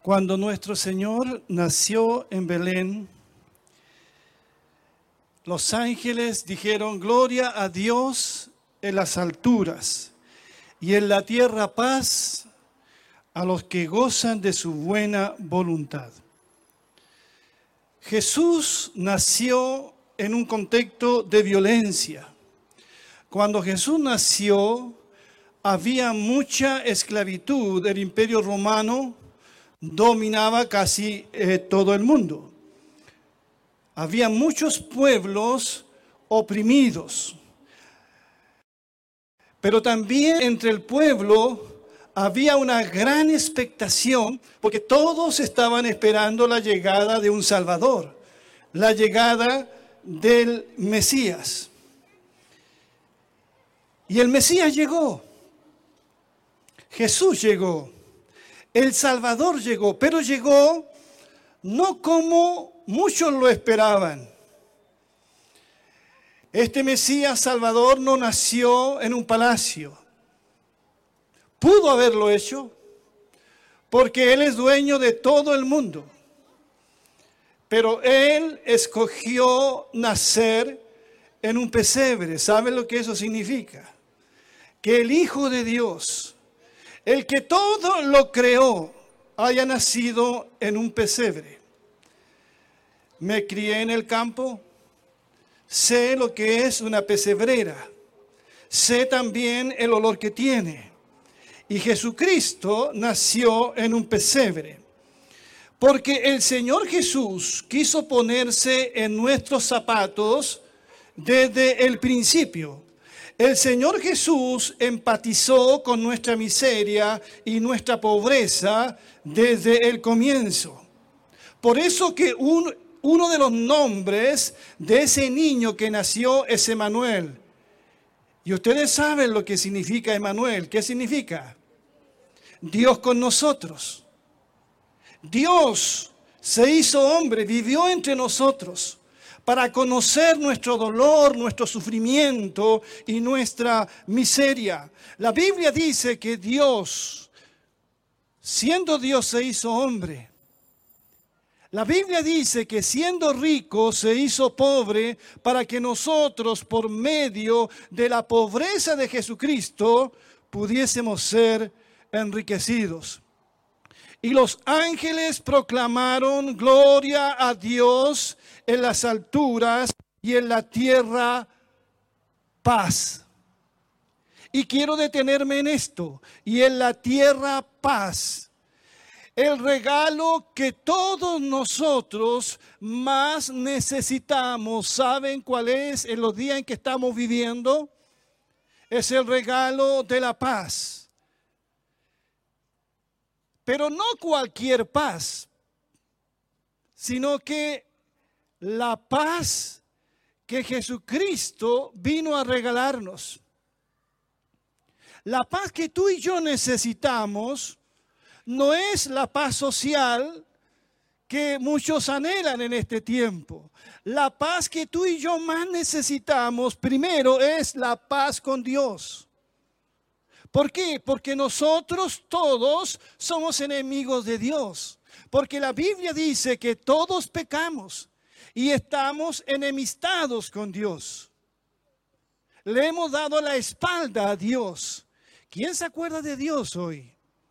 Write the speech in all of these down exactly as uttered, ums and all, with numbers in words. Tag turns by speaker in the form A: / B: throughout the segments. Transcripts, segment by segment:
A: Cuando nuestro Señor nació en Belén, los ángeles dijeron: gloria a Dios en las alturas y en la tierra paz a los que gozan de su buena voluntad. Jesús nació en un contexto de violencia. Cuando Jesús nació, había mucha esclavitud. El Imperio Romano dominaba casi eh, todo el mundo. Había muchos pueblos oprimidos. Pero también entre el pueblo había una gran expectación, porque todos estaban esperando la llegada de un Salvador, la llegada del Mesías. Y el Mesías llegó. Jesús llegó. El Salvador llegó, pero llegó no como muchos lo esperaban. Este Mesías Salvador no nació en un palacio. Pudo haberlo hecho, porque Él es dueño de todo el mundo. Pero Él escogió nacer en un pesebre. ¿Saben lo que eso significa? Que el Hijo de Dios, el que todo lo creó, haya nacido en un pesebre. Me crié en el campo, sé lo que es una pesebrera, sé también el olor que tiene. Y Jesucristo nació en un pesebre, porque el Señor Jesús quiso ponerse en nuestros zapatos desde el principio. El Señor Jesús empatizó con nuestra miseria y nuestra pobreza desde el comienzo. Por eso que un, uno de los nombres de ese niño que nació es Emmanuel. Y ustedes saben lo que significa Emmanuel. ¿Qué significa? Dios con nosotros. Dios se hizo hombre, vivió entre nosotros para conocer nuestro dolor, nuestro sufrimiento y nuestra miseria. La Biblia dice que Dios, siendo Dios, se hizo hombre. La Biblia dice que siendo rico se hizo pobre para que nosotros, por medio de la pobreza de Jesucristo, pudiésemos ser enriquecidos. Y los ángeles proclamaron: gloria a Dios en las alturas y en la tierra paz. Y quiero detenerme en esto: y en la tierra paz. El regalo que todos nosotros más necesitamos, ¿saben cuál es en los días en que estamos viviendo? Es el regalo de la paz. Pero no cualquier paz, sino que la paz que Jesucristo vino a regalarnos. La paz que tú y yo necesitamos no es la paz social que muchos anhelan en este tiempo. La paz que tú y yo más necesitamos, primero, es la paz con Dios. ¿Por qué? Porque nosotros todos somos enemigos de Dios. Porque la Biblia dice que todos pecamos y estamos enemistados con Dios. Le hemos dado la espalda a Dios. ¿Quién se acuerda de Dios hoy?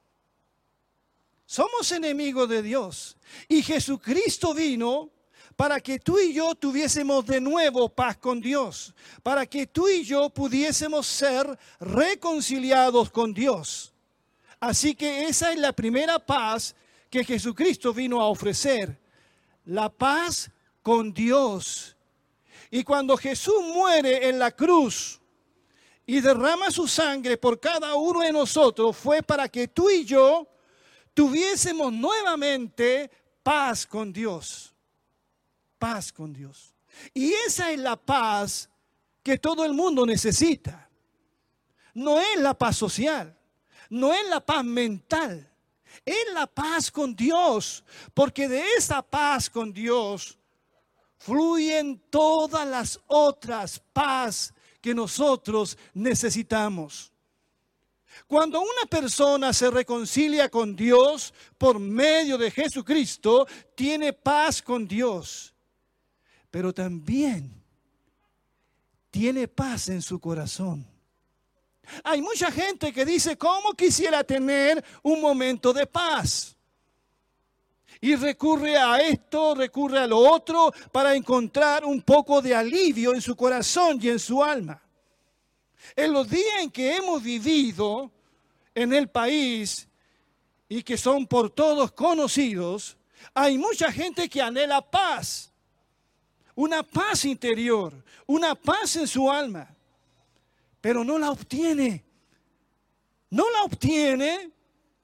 A: Somos enemigos de Dios. Y Jesucristo vino para que tú y yo tuviésemos de nuevo paz con Dios. Para que tú y yo pudiésemos ser reconciliados con Dios. Así que esa es la primera paz que Jesucristo vino a ofrecer. La paz con Dios. Y cuando Jesús muere en la cruz y derrama su sangre por cada uno de nosotros, fue para que tú y yo tuviésemos nuevamente paz con Dios. Paz con Dios. Y esa es la paz que todo el mundo necesita. No es la paz social, no es la paz mental, es la paz con Dios, porque de esa paz con Dios fluyen todas las otras paz que nosotros necesitamos. Cuando una persona se reconcilia con Dios por medio de Jesucristo, tiene paz con Dios, pero también tiene paz en su corazón. Hay mucha gente que dice, ¿cómo quisiera tener un momento de paz? Y recurre a esto, recurre a lo otro para encontrar un poco de alivio en su corazón y en su alma. En los días en que hemos vivido en el país y que son por todos conocidos, hay mucha gente que anhela paz, una paz interior, una paz en su alma, pero no la obtiene. No la obtiene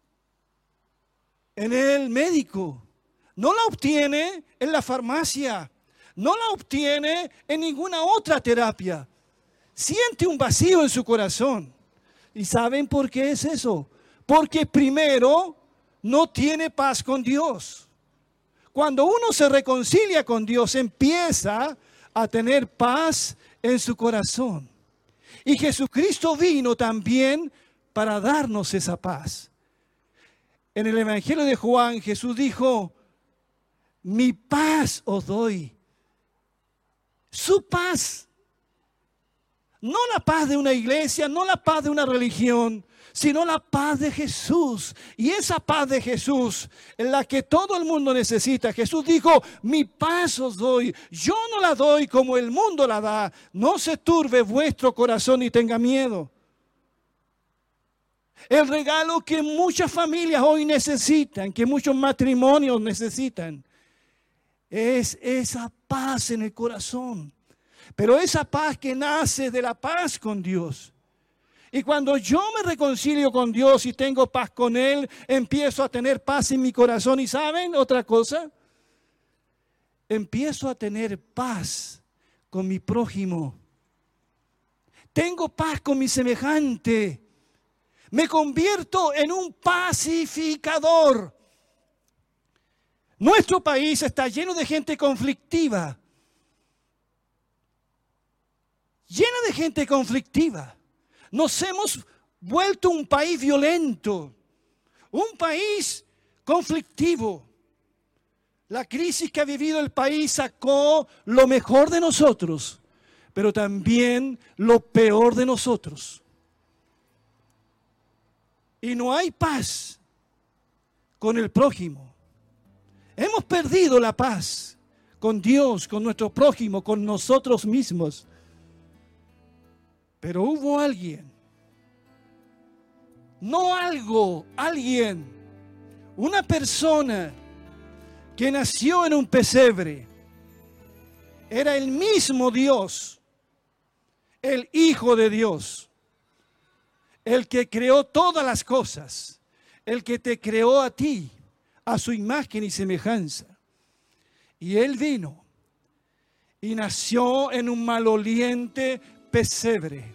A: en el médico, no la obtiene en la farmacia, no la obtiene en ninguna otra terapia. Siente un vacío en su corazón. ¿Y saben por qué es eso? Porque primero no tiene paz con Dios. Cuando uno se reconcilia con Dios, empieza a tener paz en su corazón. Y Jesucristo vino también para darnos esa paz. En el Evangelio de Juan, Jesús dijo, mi paz os doy. Su paz. No la paz de una iglesia, no la paz de una religión, sino la paz de Jesús. Y esa paz de Jesús es la que todo el mundo necesita. Jesús dijo, mi paz os doy. Yo no la doy como el mundo la da. No se turbe vuestro corazón ni tenga miedo. El regalo que muchas familias hoy necesitan, que muchos matrimonios necesitan, es esa paz en el corazón. Pero esa paz que nace de la paz con Dios. Y cuando yo me reconcilio con Dios y tengo paz con Él, empiezo a tener paz en mi corazón. ¿Y saben otra cosa? Empiezo a tener paz con mi prójimo. Tengo paz con mi semejante. Me convierto en un pacificador. Nuestro país está lleno de gente conflictiva. Llena de gente conflictiva. Nos hemos vuelto un país violento, un país conflictivo. La crisis que ha vivido el país sacó lo mejor de nosotros, pero también lo peor de nosotros. Y no hay paz con el prójimo. Hemos perdido la paz con Dios, con nuestro prójimo, con nosotros mismos. Pero hubo alguien, no algo, alguien, una persona que nació en un pesebre. Era el mismo Dios, el Hijo de Dios, el que creó todas las cosas, el que te creó a ti, a su imagen y semejanza. Y Él vino y nació en un maloliente pesebre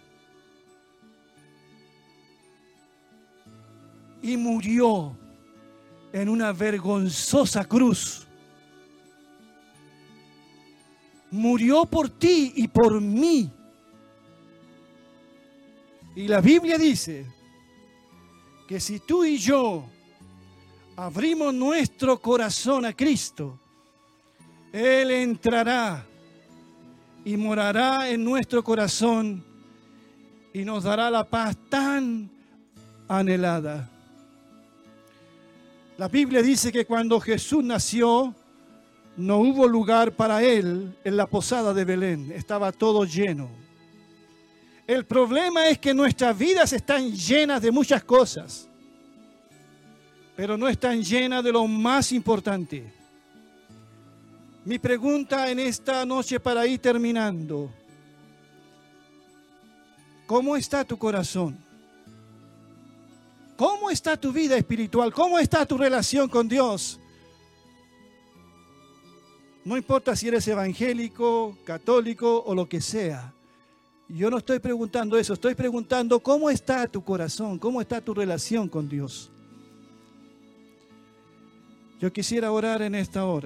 A: y murió en una vergonzosa cruz. Murió por ti y por mí. Y la Biblia dice que si tú y yo abrimos nuestro corazón a Cristo, Él entrará y morará en nuestro corazón y nos dará la paz tan anhelada. La Biblia dice que cuando Jesús nació, no hubo lugar para Él en la posada de Belén. Estaba todo lleno. El problema es que nuestras vidas están llenas de muchas cosas, pero no están llenas de lo más importante. Mi pregunta en esta noche para ir terminando: ¿cómo está tu corazón? ¿Cómo está tu vida espiritual? ¿Cómo está tu relación con Dios? No importa si eres evangélico, católico o lo que sea. Yo no estoy preguntando eso, estoy preguntando cómo está tu corazón, cómo está tu relación con Dios. Yo quisiera orar en esta hora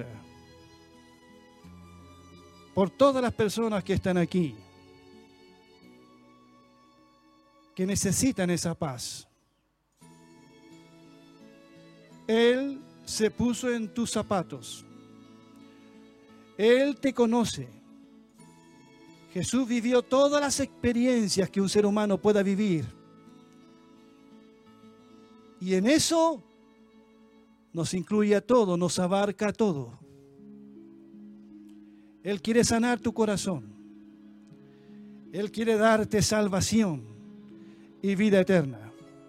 A: por todas las personas que están aquí, que necesitan esa paz. Él se puso en tus zapatos. Él te conoce. Jesús vivió todas las experiencias que un ser humano pueda vivir. Y en eso nos incluye a todo, nos abarca a todo. Él quiere sanar tu corazón. Él quiere darte salvación y vida eterna.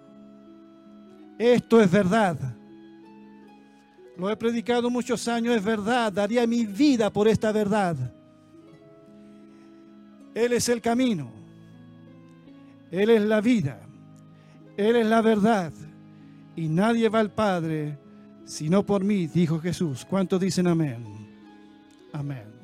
A: Esto es verdad. Lo he predicado muchos años, es verdad. Daría mi vida por esta verdad. Él es el camino. Él es la vida. Él es la verdad. Y nadie va al Padre sino por mí, dijo Jesús. ¿Cuántos dicen amén? Amén.